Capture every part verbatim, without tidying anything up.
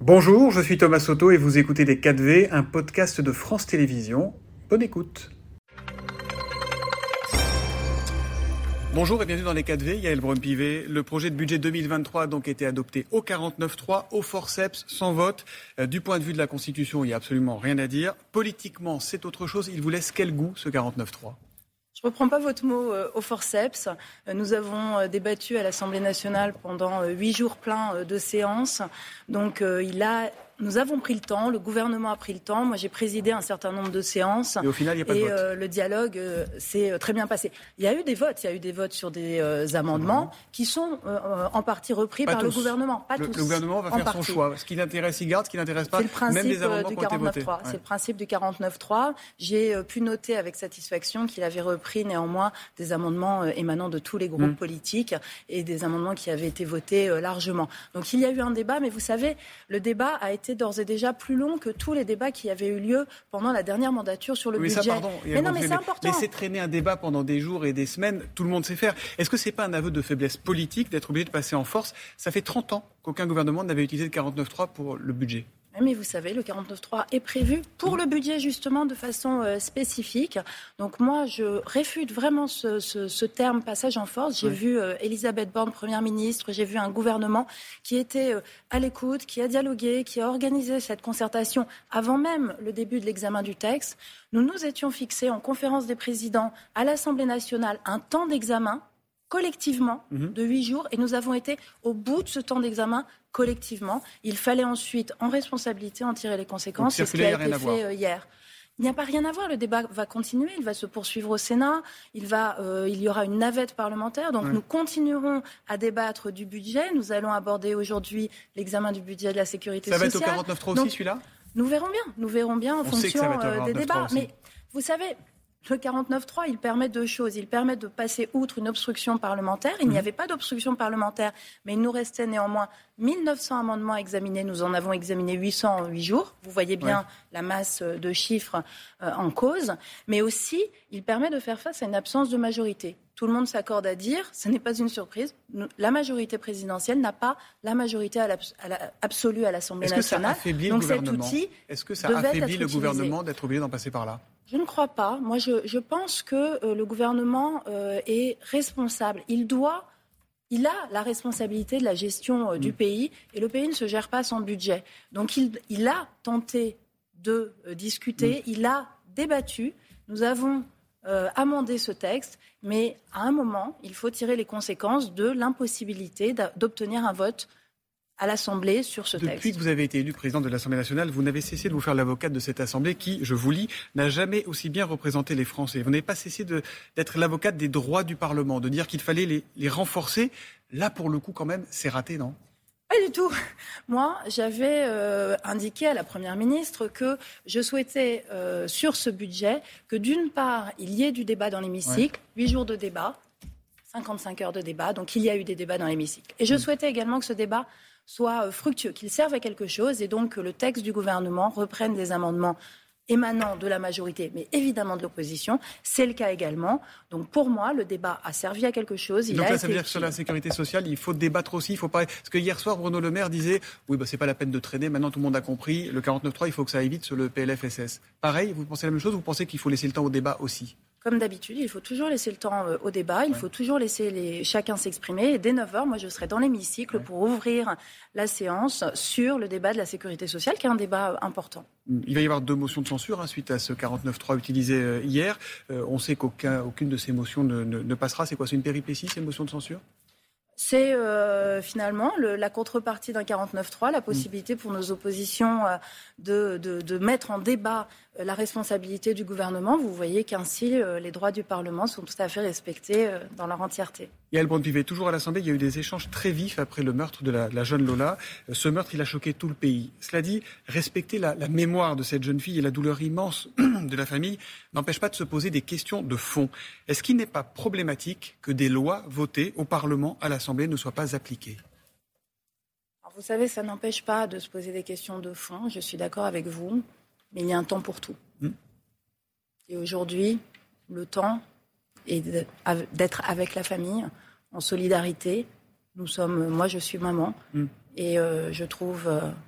Bonjour, je suis Thomas Soto et vous écoutez Les quatre V, un podcast de France Télévisions. Bonne écoute. Bonjour et bienvenue dans Les quatre V, Yael Braun-Pivet. Le projet de budget deux mille vingt-trois a donc été adopté au quarante-neuf trois, au forceps, sans vote. Euh, du point de vue de la Constitution, il n'y a absolument rien à dire. Politiquement, c'est autre chose. Il vous laisse quel goût, ce quarante-neuf trois ? Je ne reprends pas votre mot euh, au forceps. Euh, nous avons euh, débattu à l'Assemblée nationale pendant euh, huit jours pleins euh, de séances. Donc euh, il a... Nous avons pris le temps, le gouvernement a pris le temps. Moi, j'ai présidé un certain nombre de séances. Et au final, il n'y a pas de vote. Et euh, le dialogue euh, s'est euh, très bien passé. Il y a eu des votes, il y a eu des votes sur des euh, amendements qui sont euh, en partie repris pas par tous. le gouvernement. Pas le, tous. le gouvernement va faire partie. son choix. Ce qui l'intéresse, il garde. Ce qui l'intéresse pas, même les amendements qui ont été votés. Ouais. C'est le principe du quarante-neuf trois. J'ai euh, pu noter avec satisfaction qu'il avait repris néanmoins des amendements euh, émanant de tous les groupes mmh. politiques et des amendements qui avaient été votés euh, largement. Donc il y a eu un débat, mais vous savez, le débat a été d'ores et déjà plus long que tous les débats qui avaient eu lieu pendant la dernière mandature sur le oui, budget. Ça, pardon, mais non, mais c'est important. Laisser traîner un débat pendant des jours et des semaines, tout le monde sait faire. Est-ce que c'est pas un aveu de faiblesse politique d'être obligé de passer en force ? Ça fait trente ans qu'aucun gouvernement n'avait utilisé le quarante-neuf trois pour le budget. Mais vous savez, le quarante-neuf trois est prévu pour le budget, justement, de façon euh, spécifique. Donc moi, je réfute vraiment ce, ce, ce terme passage en force. J'ai oui. vu euh, Elisabeth Borne, Première ministre, j'ai vu un gouvernement qui était euh, à l'écoute, qui a dialogué, qui a organisé cette concertation avant même le début de l'examen du texte. Nous nous étions fixés en conférence des présidents à l'Assemblée nationale un temps d'examen collectivement mmh. de huit jours et nous avons été au bout de ce temps d'examen collectivement. Il fallait ensuite, en responsabilité, en tirer les conséquences. C'est ce qui a été fait euh, hier. Il n'y a pas rien à voir. Le débat va continuer. Il va se poursuivre au Sénat. Il, va, euh, il y aura une navette parlementaire. Donc, oui. nous continuerons à débattre du budget. Nous allons aborder aujourd'hui l'examen du budget de la sécurité ça sociale. Ça va être au quarante-neuf trois aussi, celui-là ? Nous verrons bien. Nous verrons bien en On fonction euh, des débats. Mais vous savez... Le quarante-neuf trois, il permet deux choses. Il permet de passer outre une obstruction parlementaire. Il mmh. n'y avait pas d'obstruction parlementaire, mais il nous restait néanmoins mille neuf cents amendements à examiner. Nous en avons examiné huit cents en huit jours. Vous voyez bien ouais. la masse de chiffres euh, en cause. Mais aussi, il permet de faire face à une absence de majorité. Tout le monde s'accorde à dire, ce n'est pas une surprise, la majorité présidentielle n'a pas la majorité à l'abs- à la, absolue à l'Assemblée Est-ce nationale. Que ça affaiblit Donc le cet gouvernement outil Est-ce que ça affaiblit le gouvernement d'être obligé d'en passer par là ? Je ne crois pas. Moi, je, je pense que euh, le gouvernement euh, est responsable. Il doit, il a la responsabilité de la gestion euh, mmh. du pays et le pays ne se gère pas sans budget. Donc, il, il a tenté de euh, discuter, mmh. il a débattu. Nous avons euh, amendé ce texte, mais à un moment, il faut tirer les conséquences de l'impossibilité d'obtenir un vote à l'Assemblée sur ce Depuis texte. Depuis que vous avez été élu président de l'Assemblée nationale, vous n'avez cessé de vous faire l'avocate de cette Assemblée qui, je vous lis, n'a jamais aussi bien représenté les Français. Vous n'avez pas cessé de, d'être l'avocate des droits du Parlement, de dire qu'il fallait les, les renforcer. Là, pour le coup, quand même, c'est raté, non ? Pas du tout. Moi, j'avais euh, indiqué à la Première ministre que je souhaitais, euh, sur ce budget, que d'une part, il y ait du débat dans l'hémicycle, huit ouais. jours de débat, cinquante-cinq heures de débat, donc il y a eu des débats dans l'hémicycle. Et je mmh. souhaitais également que ce débat soit fructueux, qu'il serve à quelque chose et donc que le texte du gouvernement reprenne des amendements émanant de la majorité, mais évidemment de l'opposition. C'est le cas également. Donc pour moi, le débat a servi à quelque chose. Il donc a là, été ça veut dire que sur la sécurité sociale, il faut débattre aussi. Il faut pas... Parce que hier soir, Bruno Le Maire disait « Oui, bah, c'est pas la peine de traîner, maintenant tout le monde a compris. Le quarante-neuf trois, il faut que ça aille vite sur le P L F S S ». Pareil, vous pensez la même chose ou vous pensez qu'il faut laisser le temps au débat aussi ? Comme d'habitude, il faut toujours laisser le temps au débat, il ouais. faut toujours laisser les... chacun s'exprimer. Et dès neuf heures, moi, je serai dans l'hémicycle ouais. pour ouvrir la séance sur le débat de la sécurité sociale, qui est un débat important. Il va y avoir deux motions de censure hein, suite à ce quarante-neuf trois utilisé euh, hier. Euh, on sait qu'aucune aucune de ces motions ne, ne, ne passera. C'est quoi ? C'est une péripétie, ces motions de censure ? C'est euh, finalement le, la contrepartie d'un quarante-neuf trois, la possibilité pour nos oppositions euh, de, de, de mettre en débat euh, la responsabilité du gouvernement. Vous voyez qu'ainsi, euh, les droits du Parlement sont tout à fait respectés euh, dans leur entièreté. Yael Braun-Pivet, toujours à l'Assemblée, il y a eu des échanges très vifs après le meurtre de la, de la jeune Lola. Euh, ce meurtre, il a choqué tout le pays. Cela dit, respecter la, la mémoire de cette jeune fille et la douleur immense de la famille n'empêche pas de se poser des questions de fond. Est-ce qu'il n'est pas problématique que des lois votées au Parlement, à l'Assemblée, ne soient pas appliquées ? Alors, vous savez, ça n'empêche pas de se poser des questions de fond. Je suis d'accord avec vous, mais il y a un temps pour tout. Mmh. Et aujourd'hui, le temps est d'être avec la famille, en solidarité. Nous sommes, moi, je suis maman, mmh. et euh, je trouve euh,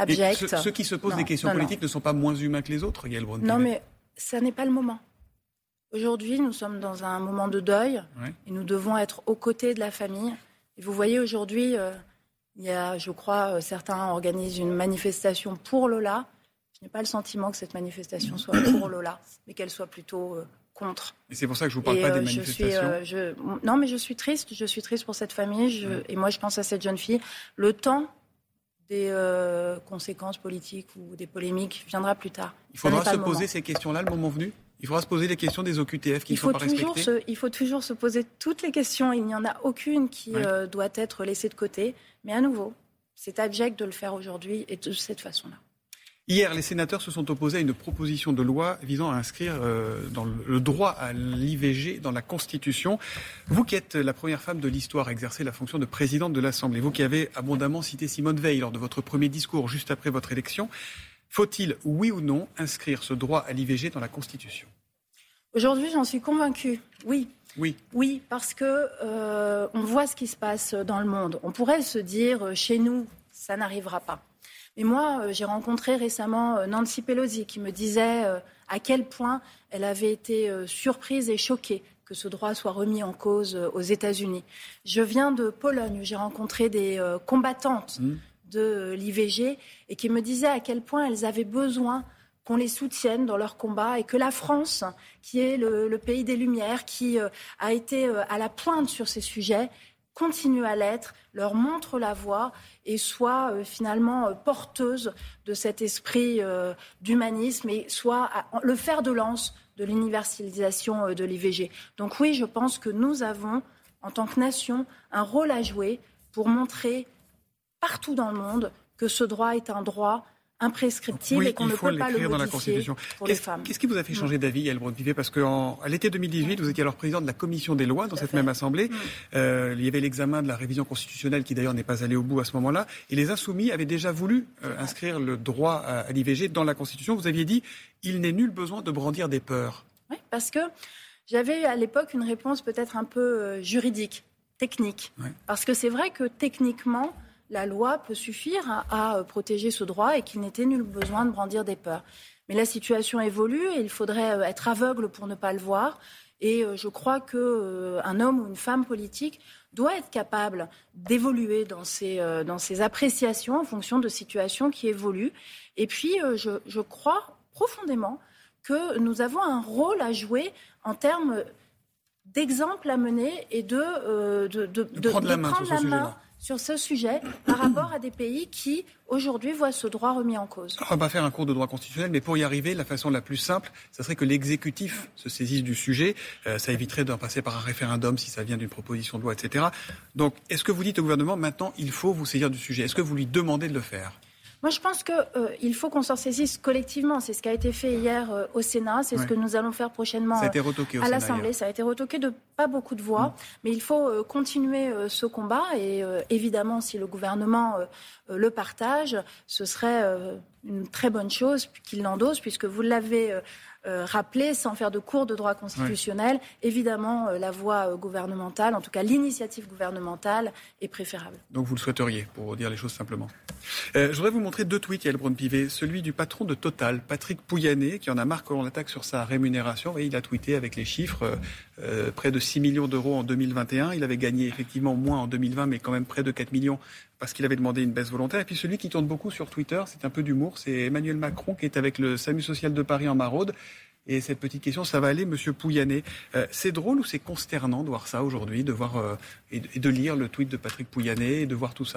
abjecte. Ce, ceux qui se posent non, des questions non, politiques non. ne sont pas moins humains que les autres, Yael Braun-Pivet. Non, mais ça n'est pas le moment. Aujourd'hui, nous sommes dans un moment de deuil ouais. et nous devons être aux côtés de la famille. Et vous voyez, aujourd'hui, euh, il y a, je crois, euh, certains organisent une manifestation pour Lola. Je n'ai pas le sentiment que cette manifestation soit pour Lola, mais qu'elle soit plutôt euh, contre. Et c'est pour ça que je vous parle et, pas euh, des manifestations. Je suis, euh, je... Non, mais je suis triste. Je suis triste pour cette famille. Je... Ouais. Et moi, je pense à cette jeune fille. Le temps des euh, conséquences politiques ou des polémiques viendra plus tard. Il faudra se poser ces questions-là le moment venu. Il faudra se poser les questions des O Q T F qui ne sont pas respectées. Se, il faut toujours se poser toutes les questions. Il n'y en a aucune qui ouais. euh, doit être laissée de côté. Mais à nouveau, c'est abject de le faire aujourd'hui et de cette façon-là. Hier, les sénateurs se sont opposés à une proposition de loi visant à inscrire euh, dans le, le droit à l'I V G dans la Constitution. Vous qui êtes la première femme de l'histoire à exercer la fonction de présidente de l'Assemblée, vous qui avez abondamment cité Simone Veil lors de votre premier discours juste après votre élection, faut-il, oui ou non, inscrire ce droit à l'I V G dans la Constitution ? Aujourd'hui, j'en suis convaincue, oui. Oui. Oui, parce que euh, on voit ce qui se passe dans le monde. On pourrait se dire, chez nous, ça n'arrivera pas. Mais moi, euh, j'ai rencontré récemment euh, Nancy Pelosi qui me disait euh, à quel point elle avait été euh, surprise et choquée que ce droit soit remis en cause euh, aux États-Unis. Je viens de Pologne où j'ai rencontré des euh, combattantes mmh. de euh, l'I V G et qui me disaient à quel point elles avaient besoin qu'on les soutienne dans leur combat et que la France, qui est le, le pays des Lumières, qui euh, a été euh, à la pointe sur ces sujets, continue à l'être, leur montre la voie et soit euh, finalement euh, porteuse de cet esprit euh, d'humanisme et soit à, le fer de lance de l'universalisation euh, de l'I V G. Donc oui, je pense que nous avons, en tant que nation, un rôle à jouer pour montrer partout dans le monde que ce droit est un droit imprescriptible oui, et qu'on ne peut pas le modifier dans la Constitution. pour qu'est-ce, les femmes. Qu'est-ce qui vous a fait changer mmh. d'avis, Yael Braun-Pivet ? Parce qu'à l'été deux mille dix-huit, vous étiez alors président de la Commission des lois dans cette même Assemblée. Mmh. Euh, il y avait l'examen de la révision constitutionnelle qui d'ailleurs n'est pas allé au bout à ce moment-là. Et les Insoumis avaient déjà voulu euh, inscrire le droit à, à l'I V G dans la Constitution. Vous aviez dit « il n'est nul besoin de brandir des peurs ». Oui, parce que j'avais à l'époque une réponse peut-être un peu euh, juridique, technique. Ouais. Parce que c'est vrai que techniquement, la loi peut suffire à, à protéger ce droit et qu'il n'était nul besoin de brandir des peurs. Mais la situation évolue et il faudrait être aveugle pour ne pas le voir. Et je crois qu'un euh, homme ou une femme politique doit être capable d'évoluer dans ses, euh, dans ses appréciations en fonction de situations qui évoluent. Et puis, euh, je, je crois profondément que nous avons un rôle à jouer en termes d'exemple à mener et de, euh, de, de, de, de prendre de la main prendre sur ce la main sujet-là. Sur ce sujet par rapport à des pays qui, aujourd'hui, voient ce droit remis en cause. On ne va pas faire un cours de droit constitutionnel, mais pour y arriver, la façon la plus simple, ça serait que l'exécutif se saisisse du sujet. Euh, ça éviterait d'en passer par un référendum si ça vient d'une proposition de loi, et cetera. Donc, est-ce que vous dites au gouvernement, maintenant, il faut vous saisir du sujet ? Est-ce que vous lui demandez de le faire ? Moi, je pense qu'il euh, faut qu'on s'en saisisse collectivement. C'est ce qui a été fait hier euh, au Sénat. C'est ouais. ce que nous allons faire prochainement ça a été retoqué au à Sénat l'Assemblée. Hier. Ça a été retoqué de pas beaucoup de voix. Mmh. Mais il faut euh, continuer euh, ce combat. Et euh, évidemment, si le gouvernement euh, euh, le partage, ce serait euh, une très bonne chose qu'il l'endosse, puisque vous l'avez... Euh, Euh, rappeler, sans faire de cours de droit constitutionnel, oui. évidemment, euh, la voie euh, gouvernementale, en tout cas l'initiative gouvernementale, est préférable. Donc vous le souhaiteriez, pour dire les choses simplement. Euh, je voudrais vous montrer deux tweets, Yael Braun-Pivet. Celui du patron de Total, Patrick Pouyanné, qui en a marre qu'on l'attaque sur sa rémunération. Vous voyez, il a tweeté avec les chiffres, euh, euh, près de six millions d'euros en deux mille vingt et un. Il avait gagné effectivement moins en deux mille vingt, mais quand même près de quatre millions parce qu'il avait demandé une baisse volontaire. Et puis celui qui tourne beaucoup sur Twitter, c'est un peu d'humour, c'est Emmanuel Macron qui est avec le SAMU social de Paris en maraude. Et cette petite question, ça va aller, Monsieur Pouyanné. Euh, c'est drôle ou c'est consternant de voir ça aujourd'hui, de voir euh, et, de, et de lire le tweet de Patrick Pouyanné et de voir tout ça ?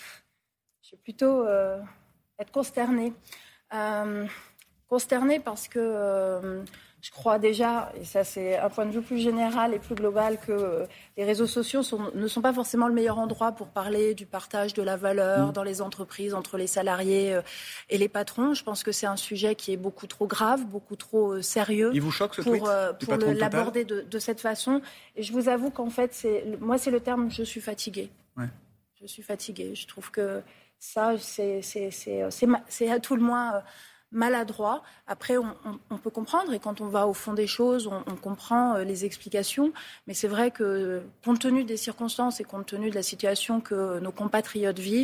Je vais plutôt euh, être consternée. Euh, consternée parce que euh, je crois déjà, et ça c'est un point de vue plus général et plus global, que euh, les réseaux sociaux sont, ne sont pas forcément le meilleur endroit pour parler du partage de la valeur mmh. dans les entreprises, entre les salariés euh, et les patrons. Je pense que c'est un sujet qui est beaucoup trop grave, beaucoup trop euh, sérieux. Il vous choque ce pour, tweet euh, pour le, l'aborder de, de cette façon. Et je vous avoue qu'en fait, c'est, moi c'est le terme « je suis fatiguée ouais. ». Je suis fatiguée. Je trouve que ça, c'est, c'est, c'est, c'est, c'est à tout le moins... Euh, maladroit. Après, on, on, on peut comprendre, et quand on va au fond des choses, on, on comprend euh, les explications. Mais c'est vrai que, compte tenu des circonstances et compte tenu de la situation que nos compatriotes vivent,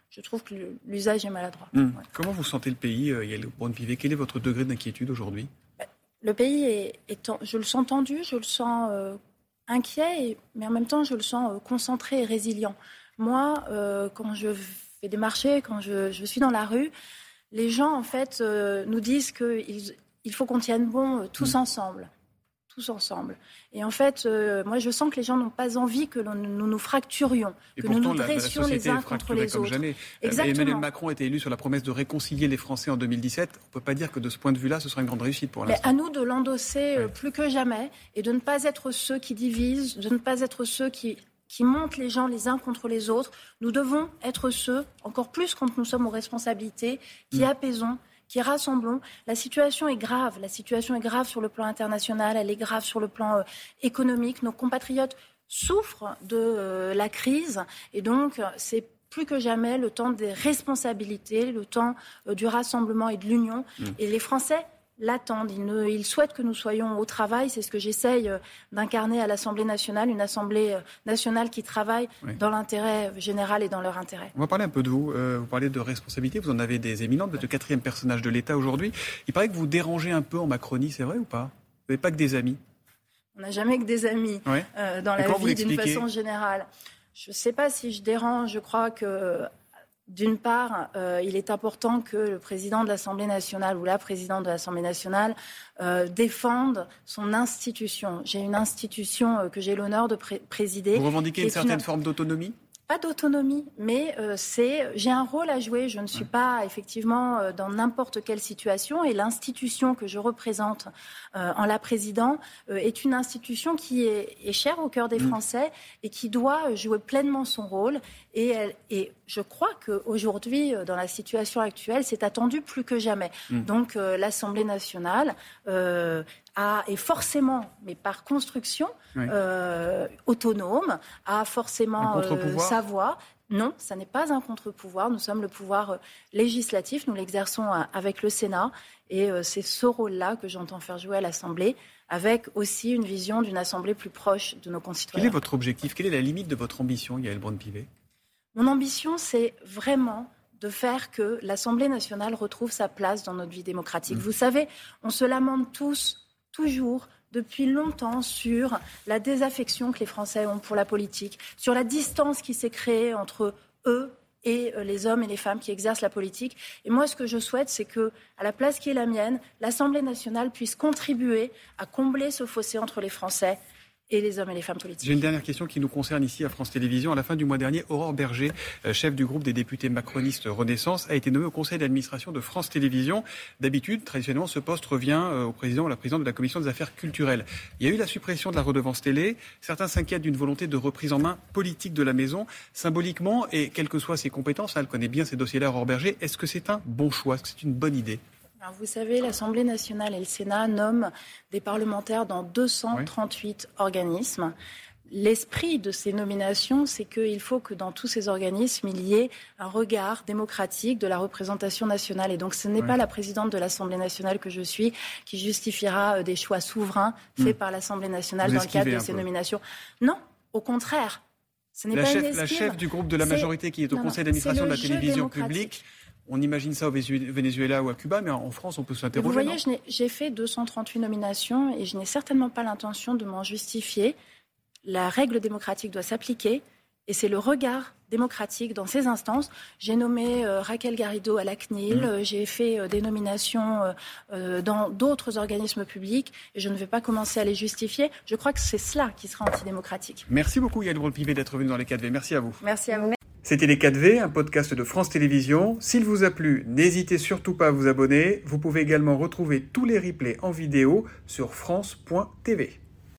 je trouve que l'usage est maladroit. Mmh. Ouais. Comment vous sentez le pays, euh, Yael Braun-Pivet? Quel est votre degré d'inquiétude aujourd'hui? Le pays est, est, je le sens tendu, je le sens euh, inquiet, et, mais en même temps, je le sens euh, concentré et résilient. Moi, euh, quand je fais des marchés, quand je, je suis dans la rue, les gens, en fait, euh, nous disent qu'il il faut qu'on tienne bon euh, tous mmh. ensemble. Tous ensemble. Et en fait, euh, moi, je sens que les gens n'ont pas envie que l'on, nous nous fracturions, et que nous nous la, dressions la les uns contre les comme autres. Jamais. Exactement. Emmanuel Macron a été élu sur la promesse de réconcilier les Français en deux mille dix-sept. On ne peut pas dire que de ce point de vue-là, ce sera une grande réussite pour l'instant. Mais à nous de l'endosser ouais. euh, plus que jamais et de ne pas être ceux qui divisent, de ne pas être ceux qui... qui montent les gens les uns contre les autres. Nous devons être ceux, encore plus quand nous sommes aux responsabilités, qui mmh. apaisons, qui rassemblons. La situation est grave. La situation est grave sur le plan international, elle est grave sur le plan euh, économique. Nos compatriotes souffrent de euh, la crise et donc c'est plus que jamais le temps des responsabilités, le temps euh, du rassemblement et de l'union. Mmh. Et les Français l'attendent. Ils, ne, ils souhaitent que nous soyons au travail. C'est ce que j'essaye euh, d'incarner à l'Assemblée nationale, une Assemblée euh, nationale qui travaille oui. dans l'intérêt général et dans leur intérêt. On va parler un peu de vous. Euh, vous parlez de responsabilité. Vous en avez des éminentes. Vous êtes le quatrième personnage de l'État aujourd'hui. Il paraît que vous dérangez un peu en Macronie. C'est vrai ou pas? Vous n'avez pas que des amis? On n'a jamais que des amis ouais. euh, dans et la vie d'une façon générale. Je ne sais pas si je dérange. Je crois que... D'une part, euh, il est important que le président de l'Assemblée nationale ou la présidente de l'Assemblée nationale euh, défende son institution. J'ai une institution euh, que j'ai l'honneur de pré- présider. Vous revendiquez une certaine une... forme d'autonomie ? Pas d'autonomie, mais euh, c'est, j'ai un rôle à jouer. Je ne suis pas effectivement euh, dans n'importe quelle situation et l'institution que je représente euh, en la présidant euh, est une institution qui est, est chère au cœur des Français et qui doit jouer pleinement son rôle. Et, elle, et je crois qu'aujourd'hui, dans la situation actuelle, c'est attendu plus que jamais. Mmh. Donc euh, l'Assemblée nationale euh, a, est forcément, mais par construction, oui. euh, autonome, a forcément euh, sa voix. Non, ça n'est pas un contre-pouvoir. Nous sommes le pouvoir euh, législatif. Nous l'exerçons euh, avec le Sénat. Et euh, c'est ce rôle-là que j'entends faire jouer à l'Assemblée, avec aussi une vision d'une Assemblée plus proche de nos concitoyens. Quel est votre objectif ? Quelle est la limite de votre ambition, Yael Braun-Pivet ? Mon ambition, c'est vraiment de faire que l'Assemblée nationale retrouve sa place dans notre vie démocratique. Mmh. Vous savez, on se lamente tous, toujours, depuis longtemps, sur la désaffection que les Français ont pour la politique, sur la distance qui s'est créée entre eux et les hommes et les femmes qui exercent la politique. Et moi, ce que je souhaite, c'est que, à la place qui est la mienne, l'Assemblée nationale puisse contribuer à combler ce fossé entre les Français et les hommes et les femmes politiques. J'ai une dernière question qui nous concerne ici à France Télévisions. À la fin du mois dernier, Aurore Berger, chef du groupe des députés macronistes Renaissance, a été nommée au conseil d'administration de France Télévisions. D'habitude, traditionnellement, ce poste revient au président ou à la présidente de la commission des affaires culturelles. Il y a eu la suppression de la redevance télé. Certains s'inquiètent d'une volonté de reprise en main politique de la maison. Symboliquement, et quelles que soient ses compétences, elle connaît bien ces dossiers-là, Aurore Berger, est-ce que c'est un bon choix ? Est-ce que c'est une bonne idée ? Alors vous savez, l'Assemblée nationale et le Sénat nomment des parlementaires dans deux cent trente-huit oui. organismes. L'esprit de ces nominations, c'est qu'il faut que dans tous ces organismes, il y ait un regard démocratique de la représentation nationale. Et donc ce n'est oui. pas la présidente de l'Assemblée nationale que je suis qui justifiera des choix souverains faits mmh. par l'Assemblée nationale vous dans le cadre de peu. ces nominations. Non, au contraire. Ce n'est la, pas chef, une la chef du groupe de la majorité qui est au non, conseil non, d'administration de la télévision publique. On imagine ça au Venezuela ou à Cuba, mais en France, on peut s'interroger. Vous voyez, je n'ai, j'ai fait deux cent trente-huit nominations et je n'ai certainement pas l'intention de m'en justifier. La règle démocratique doit s'appliquer et c'est le regard démocratique dans ces instances. J'ai nommé euh, Raquel Garrido à la C N I L, mmh. euh, j'ai fait euh, des nominations euh, euh, dans d'autres organismes publics et je ne vais pas commencer à les justifier. Je crois que c'est cela qui sera antidémocratique. Merci beaucoup Yael Braun-Pivet d'être venue dans les quatre V. Merci à vous. Merci à vous. C'était Les quatre V, un podcast de France Télévisions. S'il vous a plu, n'hésitez surtout pas à vous abonner. Vous pouvez également retrouver tous les replays en vidéo sur France point T V.